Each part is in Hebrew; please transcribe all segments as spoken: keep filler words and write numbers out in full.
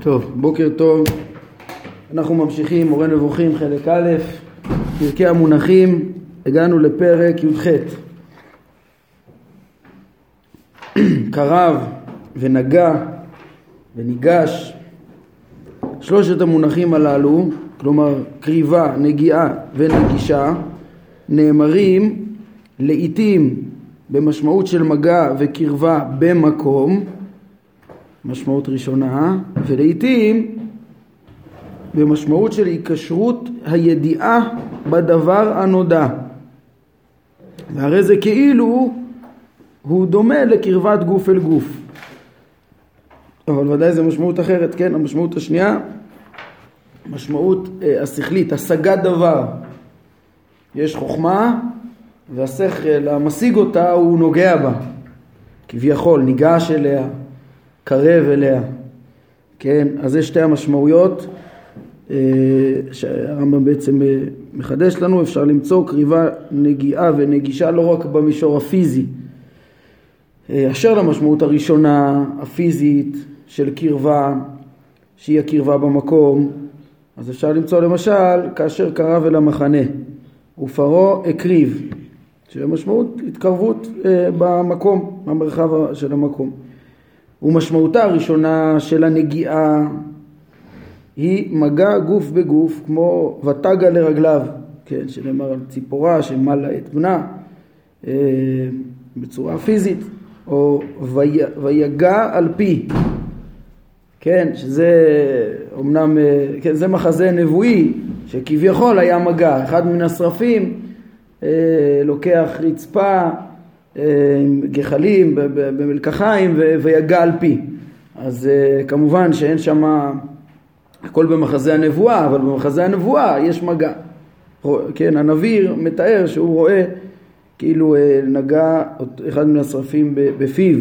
טוב, בוקר טוב. אנחנו ממשיכים מורה נבוכים חלק א', פרקי המונחים. הגענו לפרק י"ח. קרב ונגע וניגש. שלושת המונחים הללו, כלומר קריבה, נגיעה ונגישה, נאמרים לעתים במשמעות של מגע וקרבה במקום, משמעות ראשונה, ולעתים במשמעות של היקשרות הידיעה בדבר הנודע. והרי זה כאילו הוא דומה לקרבת גוף אל גוף. אבל ודאי זה משמעות אחרת, כן? המשמעות השנייה, משמעות אה, השכלית, השגת דבר. יש חוכמה והשכל המשיג אותה הוא נוגע בה. כביכול, ניגש אליה, קרב אליה. כן? אז זה שתי המשמעויות אה, שהרמב"ם בעצם אה, מחדש לנו. אפשר למצוא קריבה, נגיעה ונגישה לא רק במישור הפיזי. אה, אשר למשמעות הראשונה, הפיזית של קרבה, שהיא הקרבה במקום, אז אפשר למצוא למשל כאשר קרב אל המחנה ופרעה הקריב, שהמשמעות התקרבות אה, במקום, במרחב של המקום. ומשמעותה הראשונה של הנגיעה היא מגע גוף בגוף, כמו ותגע לרגליו, כן, שנאמר על ציפורה שמלה את בנה אה, בצורה פיזית, או ויגע על פי, כן, שזה אמנם, כן, זה מחזה נבואי שכביכול היה מגע. אחד מן השרפים אה, לוקח רצפה אה, גחלים במלקחיים ו- ויגע על פי. אז אה, כמובן שאין שם הכל במחזה הנבואה, אבל במחזה הנבואה יש מגע. כן, הנביא מתאר שהוא רואה כאילו אה, נגע אחד מן השרפים בפיו.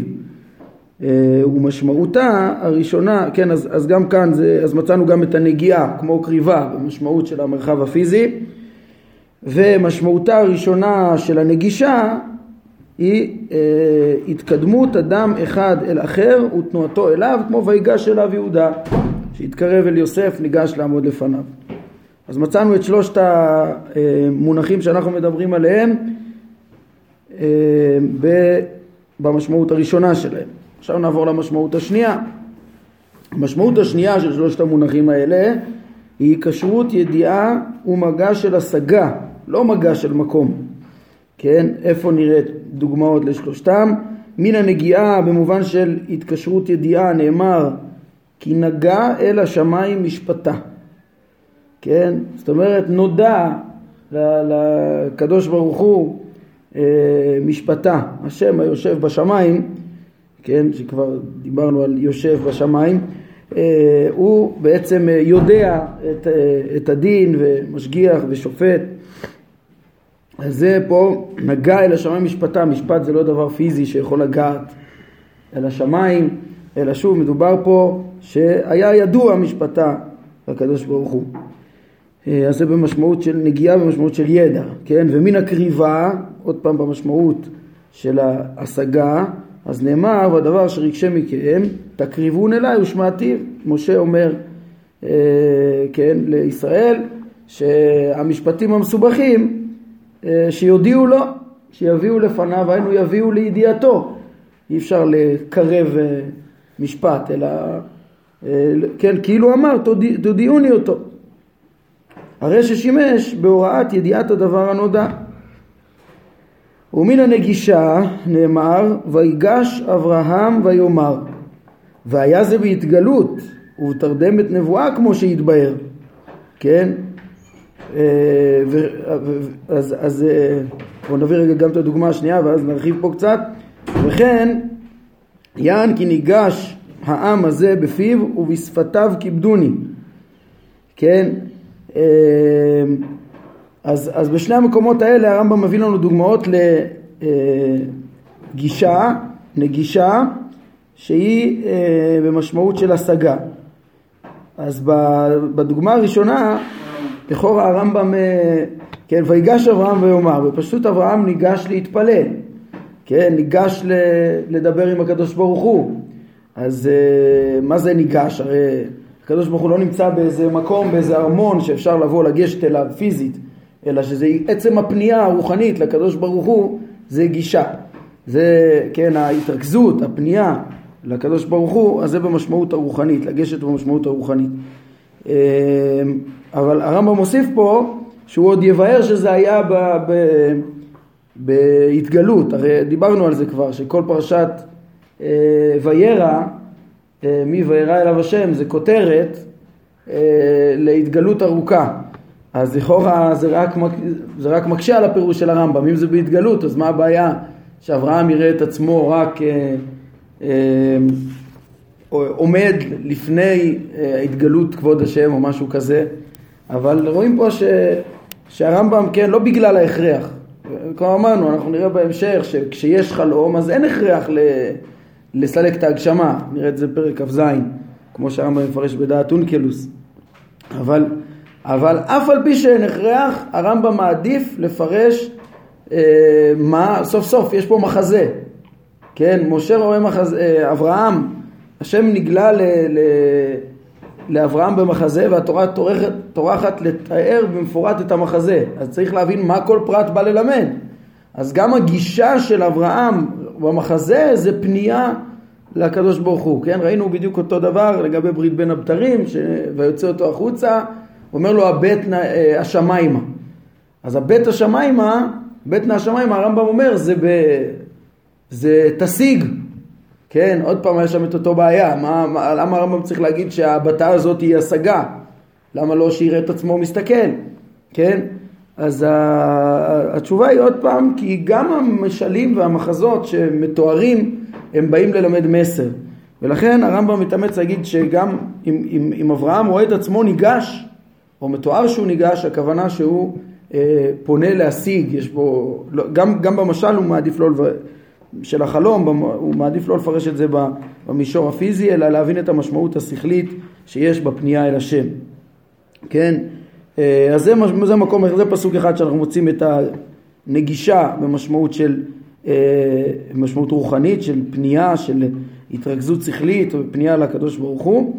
ומשמעותה הראשונה, כן, אז, אז גם כאן זה, אז מצאנו גם את הנגיעה כמו קריבה במשמעות של המרחב הפיזי, ומשמעותה הראשונה של הנגישה היא אה, התקדמות אדם אחד אל אחר ותנועתו אליו, כמו ויגש אליו יהודה שהתקרב אל יוסף ניגש לעמוד לפניו. אז מצאנו את שלושת המונחים שאנחנו מדברים עליהם אה, במשמעות הראשונה שלהם. עכשיו נעבור למשמעות השנייה. המשמעות השנייה של שלושת המונחים האלה היא קשרות ידיעה ומגע של השגה, לא מגע של מקום. כן, איפה נראית דוגמאות לשלושתם? מן הנגיעה במובן של התקשרות ידיעה נאמר כי נגע אל השמיים משפטה. כן, זאת אומרת נודע לקדוש ברוך הוא משפטה, השם היושב בשמיים, כן, שכבר דיברנו על יושב בשמיים, הוא בעצם יודע את, את הדין ומשגיח ושופט. אז זה פה נגע אל השמיים משפטה. משפט זה לא דבר פיזי שיכול לגעת אל השמיים, אלא שוב מדובר פה שהיה ידוע משפטה לקדוש ברוך הוא. אז זה במשמעות של נגיעה, במשמעות של ידע, כן? ומן הקריבה, עוד פעם במשמעות של ההשגה, אז נאמר, והדבר שרגשי מכם, תקריבון אליי ושמעתיו. משה אומר, אה, כן, לישראל, שהמשפטים המסובכים, אה, שיודיעו לו, שיביאו לפניו, היינו יביאו לידיעתו. אי אפשר לקרב אה, משפט, אלא, אה, כן, כאילו אמר, תודיעוני אותו. הרי ששימש בהוראת ידיעת הדבר הנודע. ומן הנגישה נאמר ויגש אברהם ויאמר, והיה זה בהתגלות ובתרדמת נבואה כמו שהתבהר. כן, אז אז בוא נביא רגע גם את הדוגמה השנייה ואז נרחיב פה קצת. וכן יען כי ניגש העם הזה בפיו ובשפתיו כיבדוני. כן, אז, אז בשני המקומות האלה הרמב"ם מביא לנו דוגמאות לגישה, נגישה, שהיא במשמעות של השגה. אז בדוגמה הראשונה, לכאורה הרמב"ם, כן, ויגש אברהם ויאמר, ופשוט אברהם ניגש להתפלל, כן, ניגש לדבר עם הקדוש ברוך הוא. אז מה זה ניגש? הרי הקדוש ברוך הוא לא נמצא באיזה מקום, באיזה ארמון שאפשר לבוא לגשת אליו פיזית, אלא שזה עצם הפנייה הרוחנית לקדוש ברוך הוא, זה גישה. זה, כן, ההתרכזות, הפנייה לקדוש ברוך הוא, אז זה במשמעות הרוחנית, לגשת במשמעות הרוחנית. אבל הרמב"ם מוסיף פה שהוא עוד יבהר שזה היה ב, ב, בהתגלות. הרי דיברנו על זה כבר, שכל פרשת אה, וירא, אה, מי וירא אליו השם, זה כותרת אה, להתגלות ארוכה. אז לכאורה זה רק, זה רק מקשה על הפירוש של הרמב"ם. אם זה בהתגלות, אז מה הבעיה שאברהם יראה את עצמו רק אה, אה, עומד לפני אה, התגלות כבוד השם או משהו כזה? אבל רואים פה ש, שהרמב"ם, כן, לא בגלל ההכרח. כמו אמרנו, אנחנו נראה בהמשך שכשיש חלום, אז אין הכרח ל, לסלק את ההגשמה. נראה את זה פרק כ"ז, כמו שהרמב"ם מפרש בדעת אונקלוס. אבל, אבל אף על פי שאין הכרח, הרמב"ם מעדיף לפרש אה, מה, סוף סוף, יש פה מחזה. כן, משה רואה מחזה, אה, אברהם, השם נגלה ל... ל לאברהם במחזה, והתורה טורחת, טורחת לתאר במפורט את המחזה. אז צריך להבין מה כל פרט בא ללמד. אז גם הגישה של אברהם במחזה זה פנייה לקדוש ברוך הוא. כן? ראינו בדיוק אותו דבר לגבי ברית בין הבתרים, ש... ויוצא אותו החוצה, אומר לו הבט השמיימה. אז הבט השמיימה, בית השמיימה, הרמב"ם אומר, זה, ב... זה תשיג. כן, עוד פעם יש שם את אותו בעיה. מה, מה, למה הרמב"ם צריך להגיד שהבטה הזאת היא השגה? למה לא שיראה את עצמו מסתכל? כן? אז התשובה היא עוד פעם, כי גם המשלים והמחזות שמתוארים, הם באים ללמד מסר. ולכן הרמב"ם מתאמץ להגיד שגם אם, אם, אם אברהם רואה את עצמו ניגש, או מתואר שהוא ניגש, הכוונה שהוא אה, פונה להשיג. יש בו, גם, גם במשל הוא מעדיף לא לבוא, של החלום, הוא מעדיף לא לפרש את זה במישור הפיזי, אלא להבין את המשמעות השכלית שיש בפנייה אל השם. כן? אז זה, זה מקום, זה פסוק אחד שאנחנו מוצאים את הנגישה במשמעות של, משמעות רוחנית, של פנייה, של התרכזות שכלית, פנייה לקדוש ברוך הוא.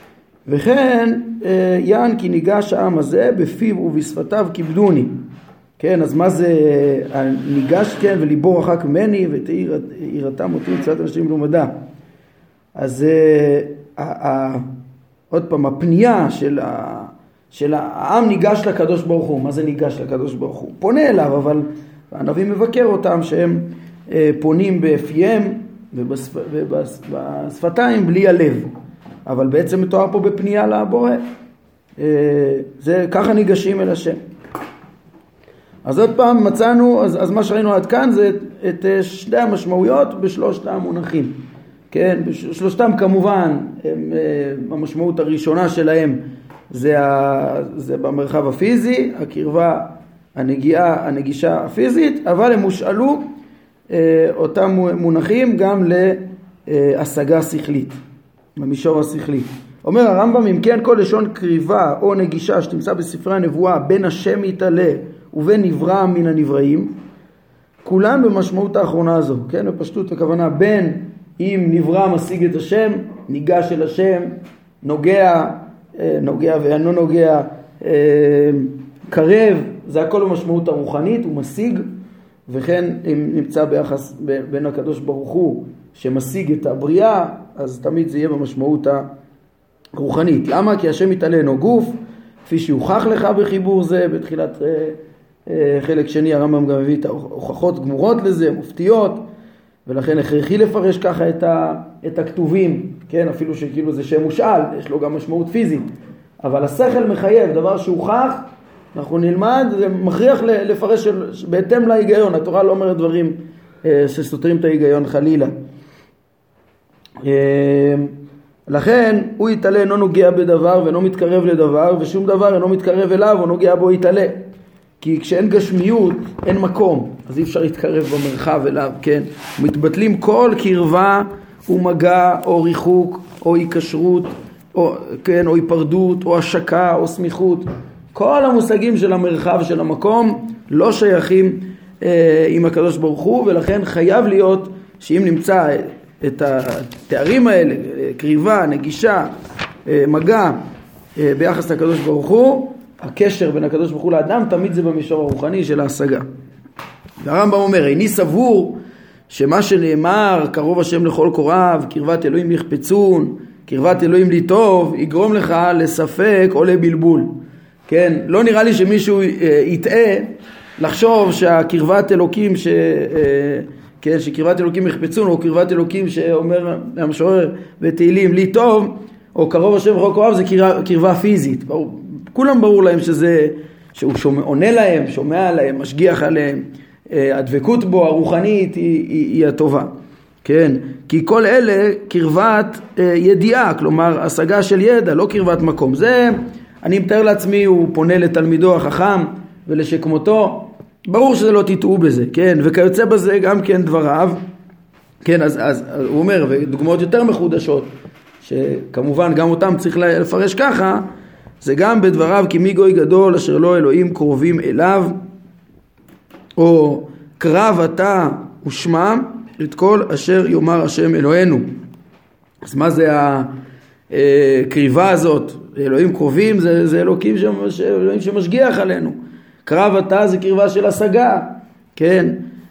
וכן, יען כי ניגש העם הזה בפיו ובשפתיו כיבדוני. כן, אז מה זה ניגש, כן, וליבו רחק ממני ותהי יראתם אותי מצוות אנשים מלומדה. אז עוד פעם, הפנייה של, של העם ניגש לקדוש ברוך הוא. מה זה ניגש לקדוש ברוך הוא? פונה אליו, אבל הנביא מבקר אותם שהם פונים בפיהם ובשפתיים בלי הלב. אבל בעצם מתואר פה בפנייה לבורא. זה ככה ניגשים אל השם. אז עוד פעם מצאנו, אז, אז מה שראינו עד כאן זה את, את שתי המשמעויות בשלושת המונחים. כן, שלושתם כמובן, הם, המשמעות הראשונה שלהם זה, ה, זה במרחב הפיזי, הקרבה, הנגיעה, הנגישה הפיזית, אבל הם מושאלו אותם מונחים גם להשגה שכלית, במישור השכלי. אומר הרמב"ם, אם כן כל לשון קריבה או נגישה שתמצא בספרי הנבואה בין השם יתעלה ובין נברא מן הנבראים, כולן במשמעות האחרונה הזו. כן, בפשטות הכוונה בין אם נברא משיג את השם, ניגש אל השם, נוגע, נוגע ואינו נוגע, קרב, זה הכל במשמעות הרוחנית, הוא משיג. וכן אם נמצא ביחס בין הקדוש ברוך הוא שמשיג את הבריאה, אז תמיד זה יהיה במשמעות הרוחנית. למה? כי השם יתעלה אינו גוף, כפי שהוכח לך בחיבור זה בתחילת חלק שני. הרמב"ם גם מביא את ההוכחות גמורות לזה, מופתיות, ולכן הכרחי לפרש ככה את, ה, את הכתובים, כן, אפילו שכאילו זה שם מושאל, יש לו גם משמעות פיזית, אבל השכל מחייב, דבר שהוכח, אנחנו נלמד, זה מכריח לפרש בהתאם להיגיון. התורה לא אומרת דברים שסותרים את ההיגיון חלילה. לכן הוא יתעלה אינו נוגע בדבר ואינו מתקרב לדבר, ושום דבר אינו מתקרב אליו או נוגע בו יתעלה. כי כשאין גשמיות אין מקום, אז אי אפשר להתקרב במרחב אליו, כן? מתבטלים כל קרבה ומגע או ריחוק או היקשרות, או, כן, או היפרדות או השקה או סמיכות. כל המושגים של המרחב של המקום לא שייכים אה, עם הקדוש ברוך הוא, ולכן חייב להיות שאם נמצא את התארים האלה, קריבה, נגישה, מגע ביחס לקדוש ברוך הוא, הקשר בין הקדוש ברוך הוא לאדם תמיד זה במישור הרוחני של ההשגה. והרמב"ם אומר, איני סבור שמה שנאמר קרוב השם לכל קוראיו, קרבת אלוהים יחפצון, קרבת אלוהים לי טוב, יגרום לך לספק או לבלבול. כן, לא נראה לי שמישהו יטעה לחשוב שהקרבת אלוקים ש... כן, שקרבת אלוקים יחפצון, או קרבת אלוקים שאומר המשורר בתהילים לי טוב, או קרוב השם לכל קוראיו, זה קרבה, קרבה פיזית. ברור, כולם ברור להם שזה, שהוא שומע, עונה להם, שומע להם, משגיח עליהם. הדבקות בו הרוחנית היא, היא, היא הטובה. כן, כי כל אלה קרבת ידיעה, כלומר השגה של ידע, לא קרבת מקום. זה, אני מתאר לעצמי, הוא פונה לתלמידו החכם ולשכמותו, ברור שזה לא תטעו בזה, כן, וכיוצא בזה גם כן דבריו, כן, אז, אז הוא אומר, ודוגמאות יותר מחודשות, שכמובן גם אותם צריך לפרש ככה, זה גם בדבריו, כי מי גוי גדול אשר לא אלוהים קרובים אליו, או קרב אתה ושמע את כל אשר יאמר השם אלוהינו. אז מה זה הקריבה הזאת? אלוהים קרובים, זה, זה אלוקים שמש, אלוהים שמשגיח עלינו. קרב אתה זה קרבה של השגה, כן?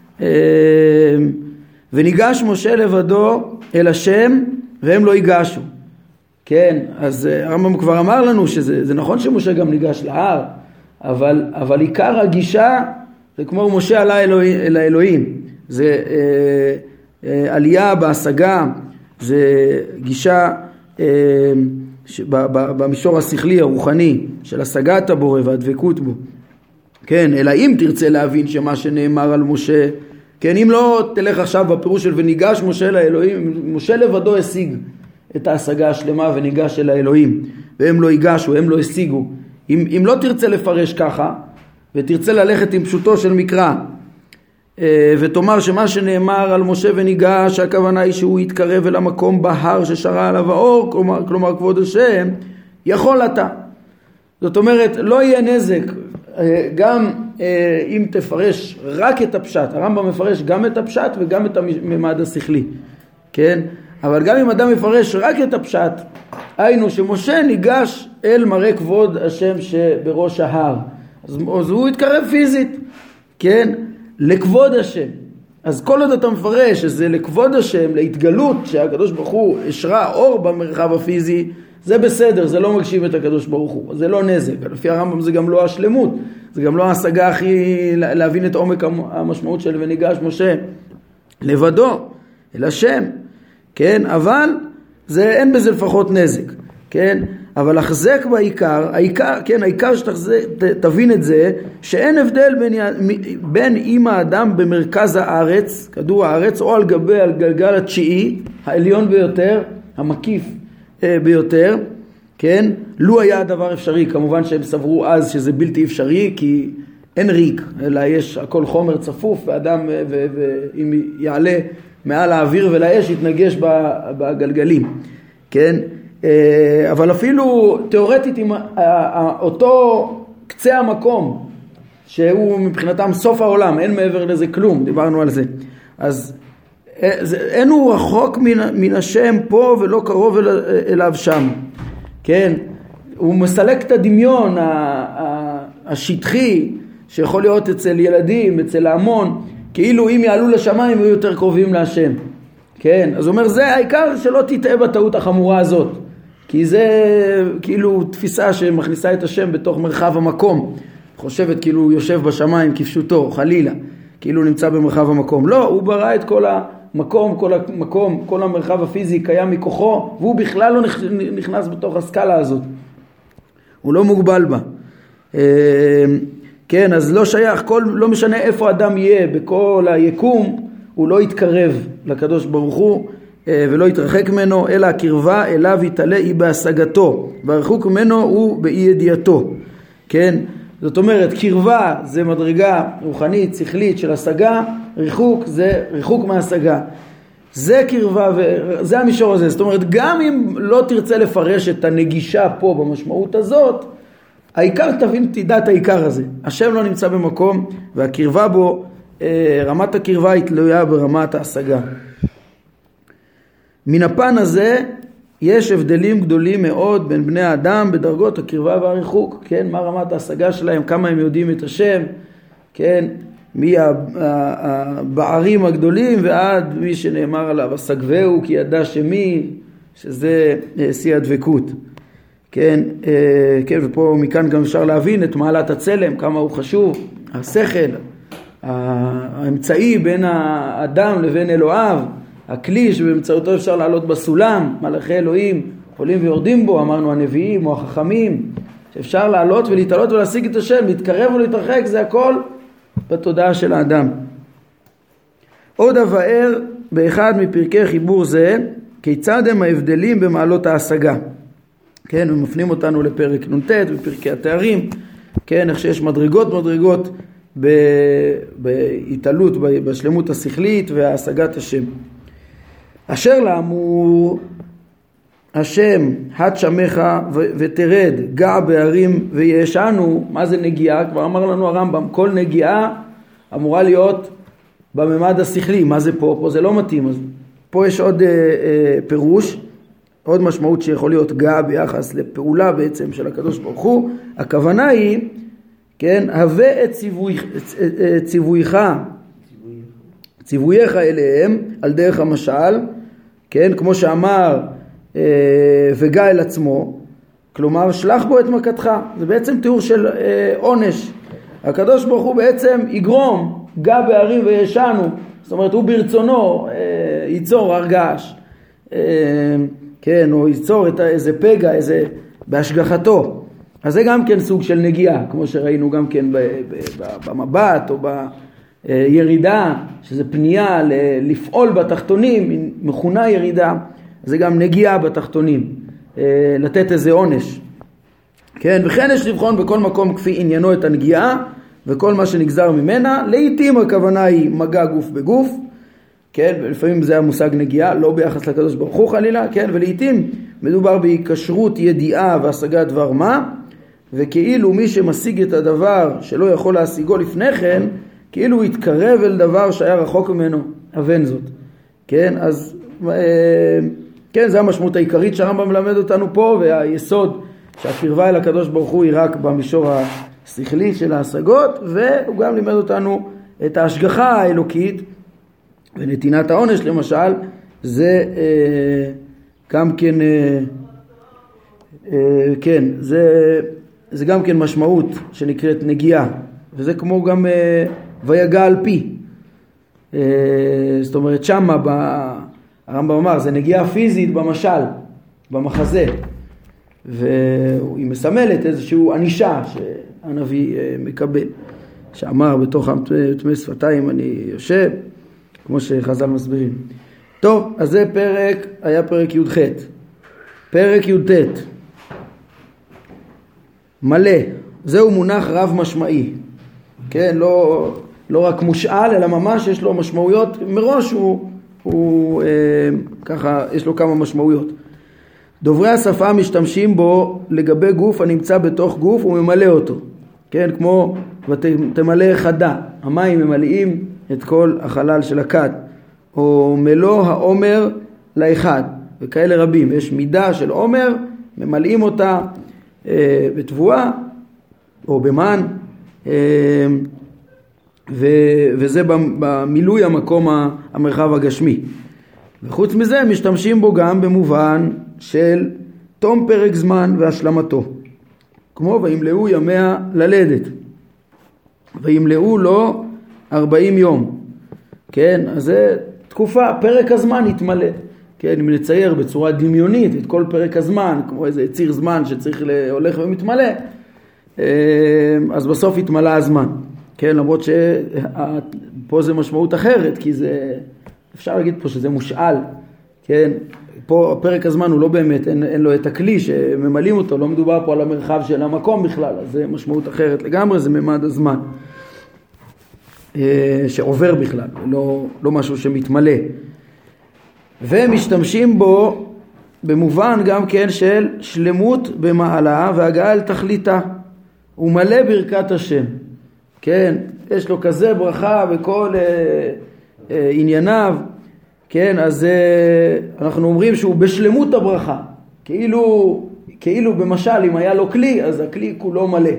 וניגש משה לבדו אל השם והם לא ייגשו. כן, אז הרמב"ם כבר אמר לנו שזה זה נכון שמשה גם ניגש להר, אבל, אבל עיקר הגישה זה כמו משה עלה אלוהים, אל האלוהים. זה אה, אה, עלייה בהשגה, זה גישה אה, ב, ב, במישור השכלי הרוחני של השגת הבורא והדבקות בו. כן, אלא אם תרצה להבין שמה שנאמר על משה, כן, אם לא תלך עכשיו בפירוש של וניגש משה לאלוהים, משה לבדו השיג את ההשגה השלמה וניגש אל האלוהים, והם לא ייגשו, הם לא השיגו. אם, אם לא תרצה לפרש ככה, ותרצה ללכת עם פשוטו של מקרא, ותאמר שמה שנאמר על משה וניגש, הכוונה היא שהוא יתקרב אל המקום בהר ששרה עליו האור, כלומר, כלומר כבוד השם, יכול אתה. זאת אומרת, לא יהיה נזק, גם אם תפרש רק את הפשט, הרמב"ם מפרש גם את הפשט וגם את הממד השכלי, כן? אבל גם אם אדם מפרש רק את הפשט, היינו שמשה ניגש אל מראה כבוד השם שבראש ההר, אז, אז הוא יתקרב פיזית, כן? לכבוד השם. אז כל עוד אתה מפרש שזה לכבוד השם, להתגלות שהקדוש ברוך הוא השרה אור במרחב הפיזי, זה בסדר, זה לא מגשים את הקדוש ברוך הוא, זה לא נזק. לפי הרמב"ם זה גם לא השלמות, זה גם לא ההשגה הכי להבין את עומק המשמעות של וניגש משה לבדו אל השם, כן? אבל זה אין בזה לפחות נזק, כן? אבל החזק בעיקר, העיקר, כן, העיקר שתבין את זה, שאין הבדל בין, בין אם האדם במרכז הארץ, כדור הארץ, או על גבי הגלגל התשיעי, העליון ביותר, המקיף ביותר, כן? לו היה הדבר אפשרי, כמובן שהם סברו אז שזה בלתי אפשרי, כי אין ריק, אלא יש הכל חומר צפוף, ואדם, ואם יעלה מעל האוויר ולאש, יתנגש בגלגלים, כן? אבל אפילו תיאורטית עם אותו קצה המקום שהוא מבחינתם סוף העולם, אין מעבר לזה כלום, דיברנו על זה, אז אין הוא רחוק מן, מן השם פה ולא קרוב אל, אליו שם, כן? הוא מסלק את הדמיון השטחי שיכול להיות אצל ילדים, אצל ההמון, כאילו אם יעלו לשמיים יהיו יותר קרובים להשם, כן? אז הוא אומר, זה העיקר שלא תטעה בטעות החמורה הזאת, כי זה כאילו תפיסה שמכניסה את השם בתוך מרחב המקום, חושבת כאילו הוא יושב בשמיים כפשוטו, חלילה, כאילו נמצא במרחב המקום. לא, הוא ברא את כל המקום, כל המקום, כל המרחב הפיזי קיים מכוחו, והוא בכלל לא נכנס בתוך הסקאלה הזאת, הוא לא מוגבל בה. כן, אז לא שייך, כל, לא משנה איפה אדם יהיה בכל היקום, הוא לא יתקרב לקדוש ברוך הוא ולא יתרחק ממנו, אלא הקרבה אליו יתעלה היא בהשגתו, והרחוק ממנו הוא באי ידיעתו, כן? זאת אומרת, קרבה זה מדרגה רוחנית, שכלית של השגה, ריחוק זה ריחוק מהשגה. זה קרבה וזה המישור הזה. זאת אומרת, גם אם לא תרצה לפרש את הנגישה פה במשמעות הזאת, העיקר תבין, תדע את העיקר הזה. השם לא נמצא במקום, והקרבה בו, רמת הקרבה היא תלויה ברמת ההשגה. מן הפן הזה, יש הבדלים גדולים מאוד בין בני האדם בדרגות הקרבה והריחוק, כן, מה רמת ההשגה שלהם, כמה הם יודעים את השם, כן, מי הבערים הגדולים ועד מי שנאמר עליו הסגבהו כי ידע שמי, שזה שיא הדבקות. כן, כן, ופה מכאן גם אפשר להבין את מעלת הצלם, כמה הוא חשוב, השכל, האמצעי בין האדם לבין אלוהיו, הכלי שבאמצעותו אפשר לעלות בסולם, מלאכי אלוהים עולים ויורדים בו, אמרנו הנביאים או החכמים, שאפשר לעלות ולהתעלות ולהשיג את השם, להתקרב ולהתרחק, זה הכל בתודעה של האדם. עוד אבאר באחד מפרקי חיבור זה, כיצד הם ההבדלים במעלות ההשגה. כן, ומפנים אותנו לפרק נ"ט בפרקי התארים, כן, איך שיש מדרגות מדרגות בהתעלות, בשלמות השכלית והשגת השם. אשר לאמור השם הד שמך ותרד גע בהרים וישענו, מה זה נגיעה? כבר אמר לנו הרמב"ם, כל נגיעה אמורה להיות בממד השכלי. מה זה פה? פה זה לא מתאים. אז פה יש עוד אה, אה, פירוש, עוד משמעות שיכול להיות גע ביחס לפעולה בעצם של הקדוש ברוך הוא. הכוונה היא, כן, הווה את ציווייך, ציווייך, ציווייך אליהם על דרך המשל, כן, כמו שאמר אה, וגע אל עצמו, כלומר שלח בו את מכתך. זה בעצם תיאור של אה, עונש. הקדוש ברוך הוא בעצם יגרום גע בהרים וישענו, זאת אומרת הוא ברצונו אה, ייצור הרגש, אה, כן, או ייצור את איזה פגע, איזה בהשגחתו. אז זה גם כן סוג של נגיעה, כמו שראינו גם כן במבט או בירידה, שזה פנייה לפעול בתחתונים, מכונה ירידה, זה גם נגיעה בתחתונים, לתת איזה עונש. כן, וכן יש לבחון בכל מקום כפי עניינו את הנגיעה, וכל מה שנגזר ממנה. לעתים הכוונה היא מגע גוף בגוף, כן, ולפעמים זה המושג נגיעה, לא ביחס לקדוש ברוך הוא חלילה, כן, ולעתים מדובר בהיקשרות ידיעה והשגת דבר מה, וכאילו מי שמשיג את הדבר שלא יכול להשיגו לפני כן, כאילו הוא יתקרב אל דבר שהיה רחוק ממנו, אבן זאת. כן, אז כן, זה המשמעות העיקרית שהרמב"ם מלמד אותנו פה, והיסוד שהקרבה אל הקדוש ברוך הוא היא רק במישור השכלי של ההשגות, והוא גם לימד אותנו את ההשגחה האלוקית, ונתינת העונש למשל, זה אה, גם כן, אה, אה, כן, זה, זה גם כן משמעות שנקראת נגיעה, וזה כמו גם אה, ויגע על פי. אה, זאת אומרת שמה, ב, הרמב"ם אמר, זה נגיעה פיזית במשל, במחזה, והיא מסמלת איזשהו ענישה שהנביא אה, מקבל, שאמר בתוך תמי שפתיים אני יושב, כמו שחז"ל מסבירים. טוב, אז זה פרק, היה פרק י"ח. פרק י"ט. מלא. זהו מונח רב משמעי. כן, לא, לא רק מושאל, אלא ממש יש לו משמעויות. מראש הוא, הוא אה, ככה, יש לו כמה משמעויות. דוברי השפה משתמשים בו לגבי גוף הנמצא בתוך גוף וממלא אותו. כן, כמו ותמלא חדה. המים ממלאים את כל החלל של הכד, או מלוא העומר לאחד, וכאלה רבים. יש מידה של עומר, ממלאים אותה אה, בתבואה או במן, אה, ו, וזה במילוי המקום המרחב הגשמי. וחוץ מזה משתמשים בו גם במובן של תום פרק זמן והשלמתו, כמו וימלאו ימיה ללדת, וימלאו לו ארבעים יום. כן, אז זה תקופה, פרק הזמן יתמלא. כן, אם נצייר בצורה דמיונית את כל פרק הזמן, כמו איזה ציר זמן שצריך להולך ומתמלא, אז בסוף יתמלא הזמן. כן, למרות שפה זה משמעות אחרת, כי זה, אפשר להגיד פה שזה מושאל. כן, פה פרק הזמן הוא לא באמת, אין, אין לו את הכלי שממלאים אותו, לא מדובר פה על המרחב של המקום בכלל, אז זה משמעות אחרת לגמרי, זה ממד הזמן. שעובר בכלל, לא, לא משהו שמתמלא. ומשתמשים בו במובן גם כן של שלמות במעלה והגעה אל תכליתה. הוא מלא ברכת השם. כן, יש לו כזה ברכה בכל אה, אה, ענייניו. כן, אז אה, אנחנו אומרים שהוא בשלמות הברכה. כאילו, כאילו במשל אם היה לו כלי, אז הכלי כולו מלא.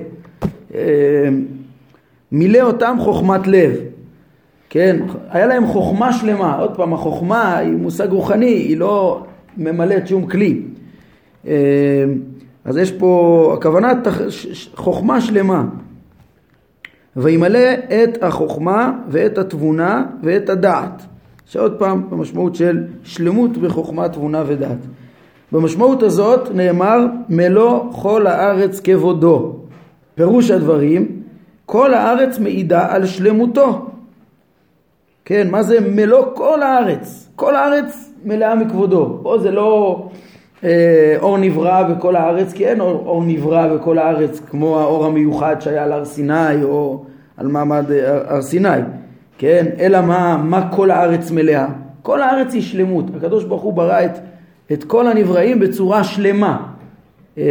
מילא אותם חוכמת לב, כן, היה להם חוכמה שלמה. עוד פעם, החוכמה היא מושג רוחני, היא לא ממלאת שום כלי. אז יש פה הכוונה חוכמה שלמה. וימלא את החוכמה ואת התבונה ואת הדעת, שעוד פעם במשמעות של שלמות בחוכמה, תבונה ודעת. במשמעות הזאת נאמר מלוא כל הארץ כבודו. פירוש הדברים, כל הארץ מעידה על שלמותו. כן, מה זה מלוא כל הארץ? כל הארץ מלאה מכבודו. פה זה לא אה, אור נברא בכל הארץ, כי אין אור, אור נברא בכל הארץ כמו האור המיוחד שהיה על הר סיני או על מעמד הר סיני. כן, אלא מה, מה כל הארץ מלאה? כל הארץ היא שלמות. הקדוש ברוך הוא ברא את, את כל הנבראים בצורה שלמה. אה,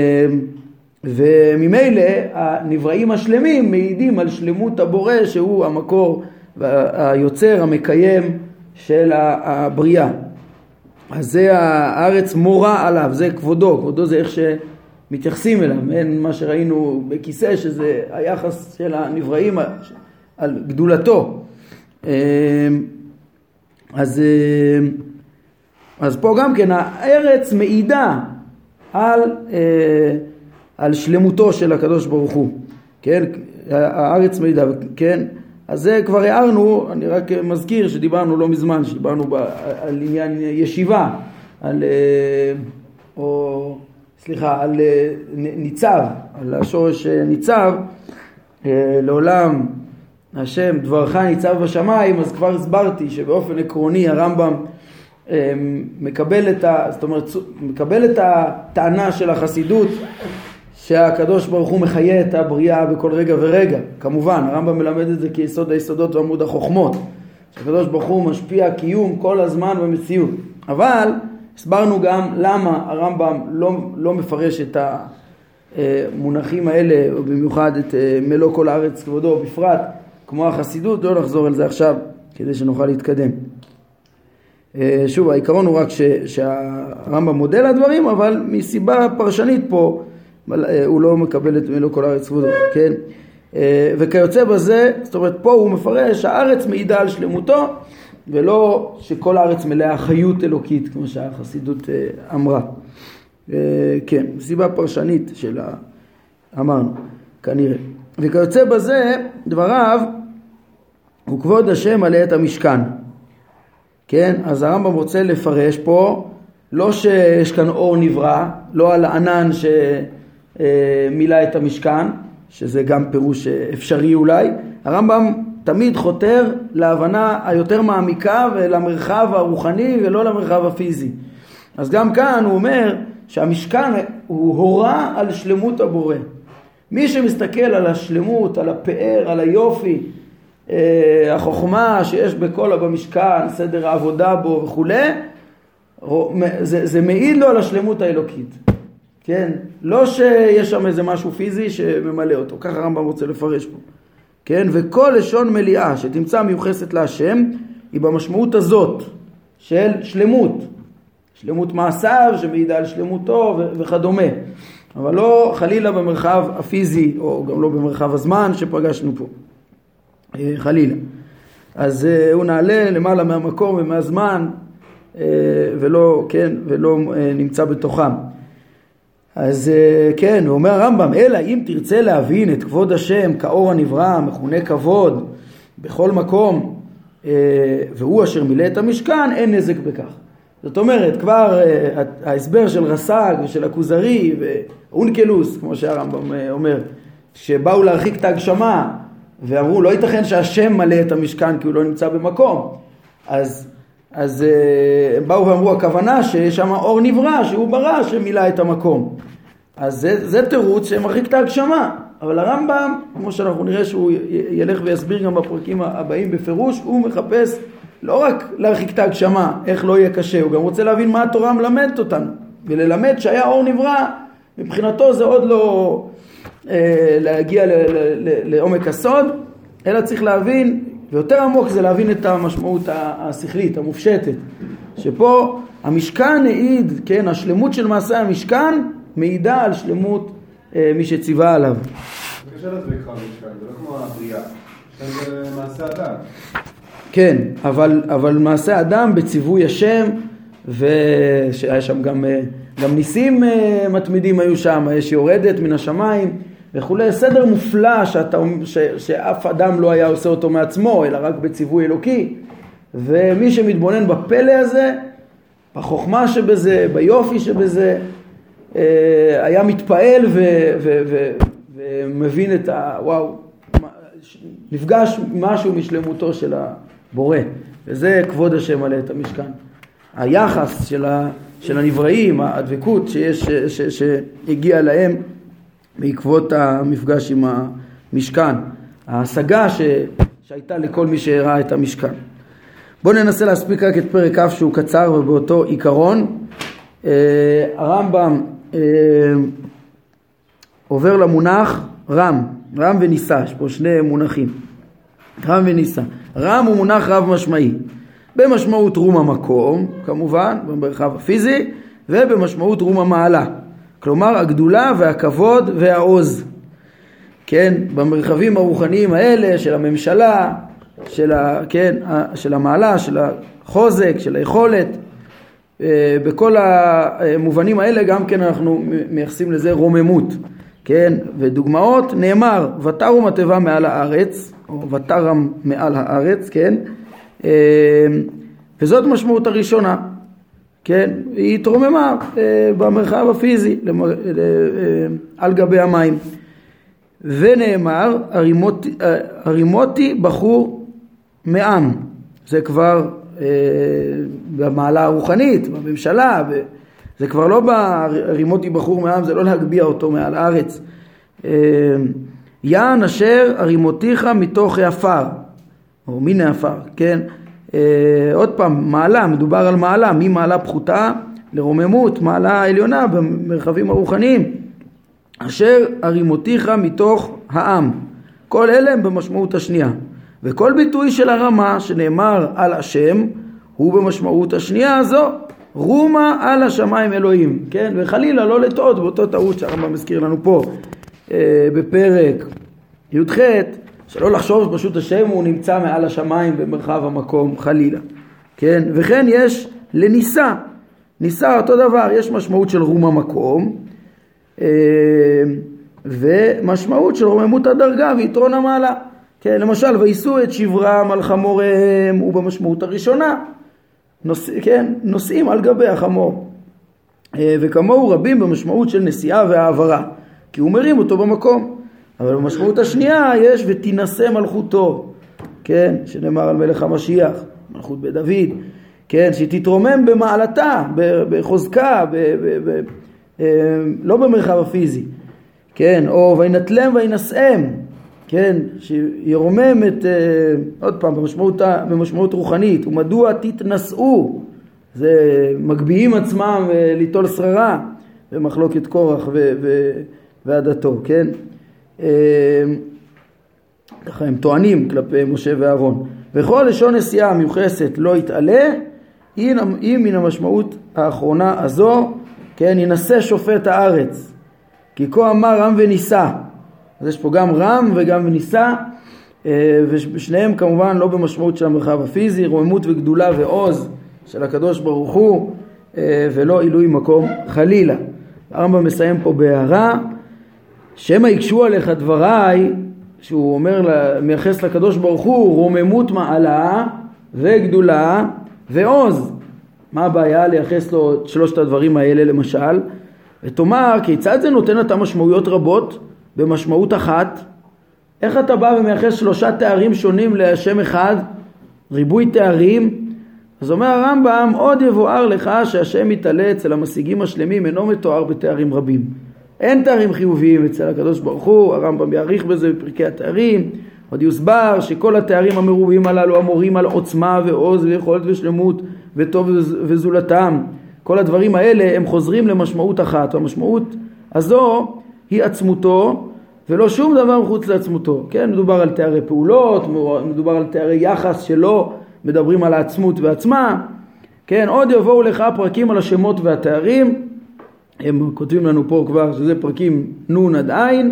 וממילא הנבראים השלמים מעידים על שלמות הבורא שהוא המקור והיוצר המקיים של הבריאה. אז זה הארץ מורה עליו, זה כבודו. כבודו זה איך שמתייחסים אליו, אין מה שראינו בכיסא שזה היחס של הנבראים על גדולתו. אז, אז פה גם כן הארץ מעידה על על שלמותו של הקדוש ברוך הוא, כן, הארץ מעידה, כן, אז זה כבר הערנו. אני רק מזכיר שדיברנו לא מזמן, שדיברנו ב, על עניין ישיבה, על, או סליחה, על ניצב, על השורש ניצב, לעולם השם דברך ניצב בשמיים. אז כבר הסברתי שבאופן עקרוני הרמב"ם מקבל את ה, זאת אומרת, מקבל את הטענה של החסידות שהקדוש ברוך הוא מחיה את הבריאה בכל רגע ורגע. כמובן, הרמב"ם מלמד את זה כיסוד היסודות ועמוד החוכמות, שהקדוש ברוך הוא משפיע קיום כל הזמן במציאות. אבל הסברנו גם למה הרמב"ם לא, לא מפרש את המונחים האלה, ובמיוחד את מלוא כל הארץ כבודו בפרט, כמו החסידות. לא נחזור על זה עכשיו כדי שנוכל להתקדם. שוב, העיקרון הוא רק ש, שהרמב"ם מודל הדברים, אבל מסיבה פרשנית פה הוא לא מקבל את מלוא כל הארץ כבודו, כן? וכיוצא בזה, זאת אומרת, פה הוא מפרש הארץ מעידה על שלמותו, ולא שכל הארץ מלאה חיות אלוקית, כמו שהחסידות אמרה. כן, מסיבה פרשנית של אמרנו, כנראה. וכיוצא בזה, דבריו, הוא כבוד השם מלא את המשכן. כן, אז הרמב"ם רוצה לפרש פה, לא שיש כאן אור נברא, לא על הענן שמילא את המשכן, שזה גם פירוש אפשרי אולי. הרמב"ם תמיד חותר להבנה היותר מעמיקה ולמרחב הרוחני ולא למרחב הפיזי. אז גם כאן הוא אומר שהמשכן הוא הורה על שלמות הבורא. מי שמסתכל על השלמות, על הפאר, על היופי, החוכמה שיש בכל במשכן, סדר העבודה בו וכו', זה, זה מעיד לו על השלמות האלוקית. כן? לא שיש שם איזה משהו פיזי שממלא אותו. ככה הרמב"ם רוצה לפרש פה. כן? וכל לשון מליאה שתמצא מיוחסת להשם היא במשמעות הזאת של שלמות. שלמות מעשיו שמעידה על שלמותו וכדומה. אבל לא חלילה במרחב הפיזי או גם לא במרחב הזמן שפגשנו פה. חלילה. אז הוא נעלה למעלה מהמקום ומהזמן ולא, כן, ולא נמצא בתוכם. אז כן, הוא אומר הרמב"ם, אלא אם תרצה להבין את כבוד השם כאור הנברא, מכונה כבוד בכל מקום, והוא אשר מילא את המשכן, אין נזק בכך. זאת אומרת, כבר ההסבר של רס"ג ושל הכוזרי ואונקלוס, כמו שהרמב"ם אומר, שבאו להרחיק את ההגשמה, ואמרו, לא ייתכן שהשם מלא את המשכן כי הוא לא נמצא במקום. אז, אז הם באו ואמרו, הכוונה שיש שם אור נברא שהוא ברא שמילא את המקום. אז זה, זה תירוץ שמרחיק את ההגשמה. אבל הרמב"ם, כמו שאנחנו נראה שהוא ילך ויסביר גם בפרקים הבאים בפירוש, הוא מחפש לא רק להרחיק את ההגשמה, איך לא יהיה קשה, הוא גם רוצה להבין מה התורה מלמדת אותנו. וללמד שהיה אור נברא, מבחינתו זה עוד לא להגיע ל- ל- ל- לעומק הסוד, אלא צריך להבין, ויותר עמוק זה להבין את המשמעות השכלית, המופשטת, שפה המשכן העיד, כן, השלמות של מעשה המשכן מעידה על שלמות אה, מי שציווה עליו. קשה להסביר לך המשכן, זה לא כמו הבריאה, זה מעשה אדם. כן, אבל, אבל מעשה אדם בציווי השם, ושהיה שם גם, גם ניסים מתמידים היו שם, שיורדת מן השמיים וכולי, סדר מופלא שאתה, ש, שאף אדם לא היה עושה אותו מעצמו, אלא רק בציווי אלוקי. ומי שמתבונן בפלא הזה, בחוכמה שבזה, ביופי שבזה, היה מתפעל ו, ו, ו, ומבין את ה... וואו, נפגש משהו משלמותו של הבורא, וזה כבוד השם עלי את המשכן. היחס של, ה, של הנבראים, הדבקות שיש, ש, ש, שהגיע להם בעקבות המפגש עם המשכן, ההשגה ש, שהייתה לכל מי שראה את המשכן. בואו ננסה להספיק רק את פרק א' שהוא קצר ובאותו עיקרון. אה, הרמב"ם אה, עובר למונח רם, רם וניסה, יש פה שני מונחים, רם וניסה. רם הוא מונח רב משמעי, במשמעות רום המקום, כמובן, במרחב הפיזי, ובמשמעות רום המעלה. כלומר, הגדולה והכבוד והעוז. כן, במרחבים הרוחניים האלה של הממשלה, של, ה, כן, של המעלה, של החוזק, של היכולת, בכל המובנים האלה גם כן אנחנו מייחסים לזה רוממות. כן, ודוגמאות, נאמר, ותרום התיבה מעל הארץ, או ותרם מעל הארץ, כן, וזאת משמעות הראשונה, כן, היא התרוממה במרחב הפיזי, על גבי המים. ונאמר, הרימותי, הרימותי בחור מעם, זה כבר במעלה הרוחנית, בממשלה, זה כבר לא ברימותי בחור מעם, זה לא להגביע אותו מעל הארץ. יען אשר הרימותיך מתוך העפר, או מן העפר, כן? עוד פעם, מעלה, מדובר על מעלה, ממעלה פחותה לרוממות, מעלה עליונה במרחבים הרוחניים. אשר הרימותיך מתוך העם. כל אלה הם במשמעות השנייה. וכל ביטוי של הרמה שנאמר על השם, הוא במשמעות השנייה הזו. רומה על השמיים אלוהים, כן? וחלילה לא לטעות באותו טעות שהרמב"ם מזכיר לנו פה אה, בפרק י"ח, שלא לחשוב פשוט השם הוא נמצא מעל השמיים במרחב המקום, חלילה, כן? וכן יש לניסה, ניסה אותו דבר, יש משמעות של רום המקום אה, ומשמעות של רוממות הדרגה ויתרון המעלה, כן? למשל, ויסו את שברם על חמוריהם, הוא במשמעות הראשונה, נוס, כן, נוסעים על גבי החמור, וכמוהו רבים במשמעות של נסיעה והעברה, כי הוא מרים אותו במקום. אבל במשמעות השנייה יש ותנסה מלכותו, כן, שנאמר על מלך המשיח, מלכות בדוד, כן, שתתרומם במעלתה, בחוזקה, ב, ב, ב, לא במרחב הפיזי, כן, או וינטלם וינשאם, כן, שירומם את, עוד פעם, במשמעות, במשמעות רוחנית, ומדוע תתנשאו, זה מגביהים עצמם ליטול שררה, במחלוקת קורח ו, ו, ועדתו, כן, ככה הם טוענים כלפי משה ואהרון. וכל לשון נשיאה מיוחסת לא יתעלה, היא מן המשמעות האחרונה הזו, כן, ינסה שופט הארץ, כי כה אמר רם וניסה, אז יש פה גם רם וגם ניסה, ושניהם כמובן לא במשמעות של המרחב הפיזי, רוממות וגדולה ועוז של הקדוש ברוך הוא, ולא עילוי מקום חלילה. הרמב"ם מסיים פה בהערה, שמא יקשו עליך דבריי, שהוא אומר, מייחס לקדוש ברוך הוא רוממות מעלה וגדולה ועוז. מה הבעיה לייחס לו את שלושת הדברים האלה למשל? ותאמר, כיצד זה נותן אותם משמעויות רבות במשמעות אחת? איך אתה בא ומייחס שלושה תארים שונים להשם אחד, ריבוי תארים? אז אומר הרמב"ם, עוד יבואר לך שהשם מתעלה אצל המשיגים השלמים אינו מתואר בתארים רבים. אין תארים חיוביים אצל הקדוש ברוך הוא, הרמב"ם יעריך בזה בפרקי התארים. עוד יוסבר שכל התארים המרובים הללו אמורים על עוצמה ועוז ויכולת ושלמות וטוב וזולתם. כל הדברים האלה הם חוזרים למשמעות אחת, והמשמעות הזו היא עצמותו ולא שום דבר מחוץ לעצמותו. כן, מדובר על תארי פעולות, מדובר על תארי יחס שלא מדברים על העצמות ועצמה, כן, עוד יבואו לך פרקים על השמות והתארים, הם כותבים לנו פה כבר שזה פרקים נון עד עין,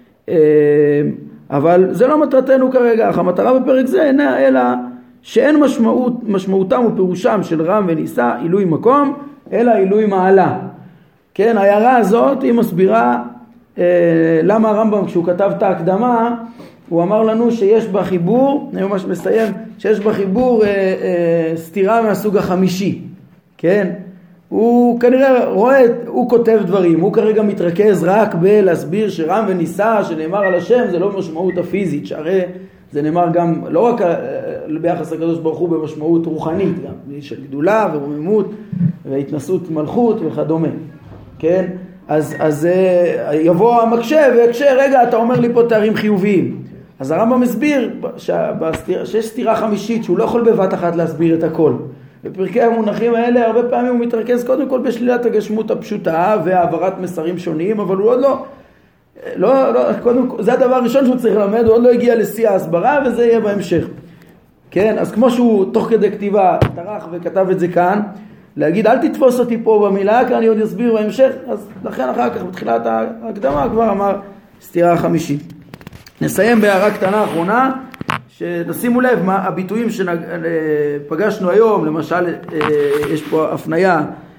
אבל זה לא מטרתנו כרגע. המטרה בפרק זה אינה אלא שאין משמעות, משמעותם ופירושם של רם וניסה עילוי מקום, אלא עילוי מעלה. כן, ההערה הזאת היא מסבירה אה, למה הרמב"ם כשהוא כתב את ההקדמה, הוא אמר לנו שיש בחיבור, אני ממש מסיים, שיש בחיבור אה, אה, סתירה מהסוג החמישי. כן, הוא כנראה רואה, הוא כותב דברים, הוא כרגע מתרכז רק בלהסביר שרם וניסה שנאמר על השם זה לא משמעות הפיזית, שהרי זה נאמר גם לא רק ביחס לקדוש ברוך הוא במשמעות רוחנית, גם של גדולה ורוממות והתנסות מלכות וכדומה. כן, אז, אז יבוא המקשה ויקשה, רגע אתה אומר לי פה תארים חיוביים. אז הרמב"ם מסביר שיש סתירה חמישית שהוא לא יכול בבת אחת להסביר את הכל. בפרקי המונחים האלה הרבה פעמים הוא מתרכז קודם כל בשלילת הגשמות הפשוטה והעברת מסרים שונים, אבל הוא עוד לא, לא, לא קודם, זה הדבר הראשון שהוא צריך ללמד, הוא עוד לא הגיע לשיא ההסברה וזה יהיה בהמשך. כן, אז כמו שהוא תוך כדי כתיבה טרח וכתב את זה כאן, להגיד אל תתפוס אותי פה במילה, כי אני עוד אסביר בהמשך, אז לכן אחר כך בתחילת ההקדמה כבר אמר סתירה חמישית. נסיים בהערה קטנה אחרונה, שתשימו לב מה הביטויים שפגשנו היום, למשל יש פה הפניה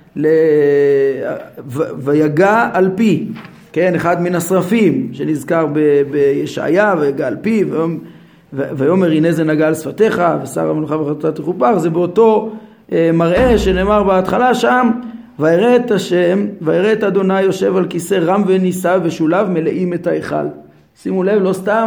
ויגע על פי, כן, אחד מן השרפים שנזכר בישעיה, ויגע על פי ויאמר הנה זה נגע על שפתיך ושר המלוכה וחטאת תכופר, זה באותו מראה שנאמר בהתחלה שם, ויראה את השם ויראה את אדוני יושב על כיסא רם ונישא ושולב מלאים את ההיכל. שימו לב, לא סתם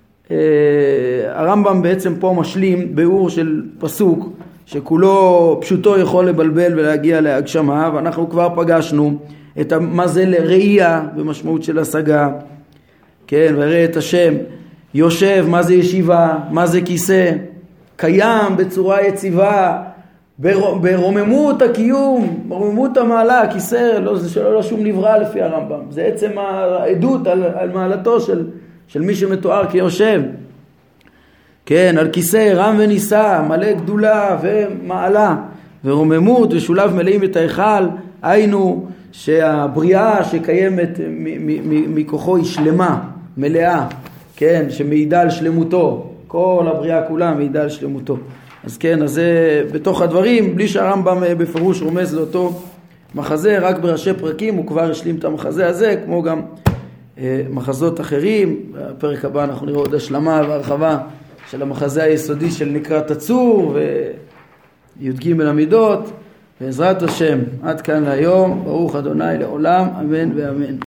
הרמב"ם בעצם פה משלים ביאור של פסוק שכולו פשוטו יכול לבלבל ולהגיע להגשמה, ואנחנו כבר פגשנו את מה זה לראייה במשמעות של השגה. כן, ויראה את השם יושב, מה זה ישיבה, מה זה כיסא, קיים בצורה יציבה ברוממות הקיום, ברוממות המעלה. הכיסא לא, זה שלא לא שום נברא לפי הרמב"ם, זה עצם העדות על, על מעלתו של, של מי שמתואר כיושב. כן, על כיסא רם ונישא, מלא גדולה ומעלה ורוממות ושולב מלאים את ההיכל, היינו שהבריאה שקיימת מכוחו היא שלמה, מלאה, כן, שמעידה על שלמותו, כל הבריאה כולה מעידה על שלמותו. אז כן, אז זה בתוך הדברים, בלי שהרמב"ם בפירוש רומז לאותו מחזה, רק בראשי פרקים הוא כבר השלים את המחזה הזה, כמו גם אה, מחזות אחרים. בפרק הבא אנחנו נראה עוד השלמה והרחבה של המחזה היסודי של נקרת הצור וי"ג המידות. בעזרת השם, עד כאן להיום, ברוך אדוני לעולם, אמן ואמן.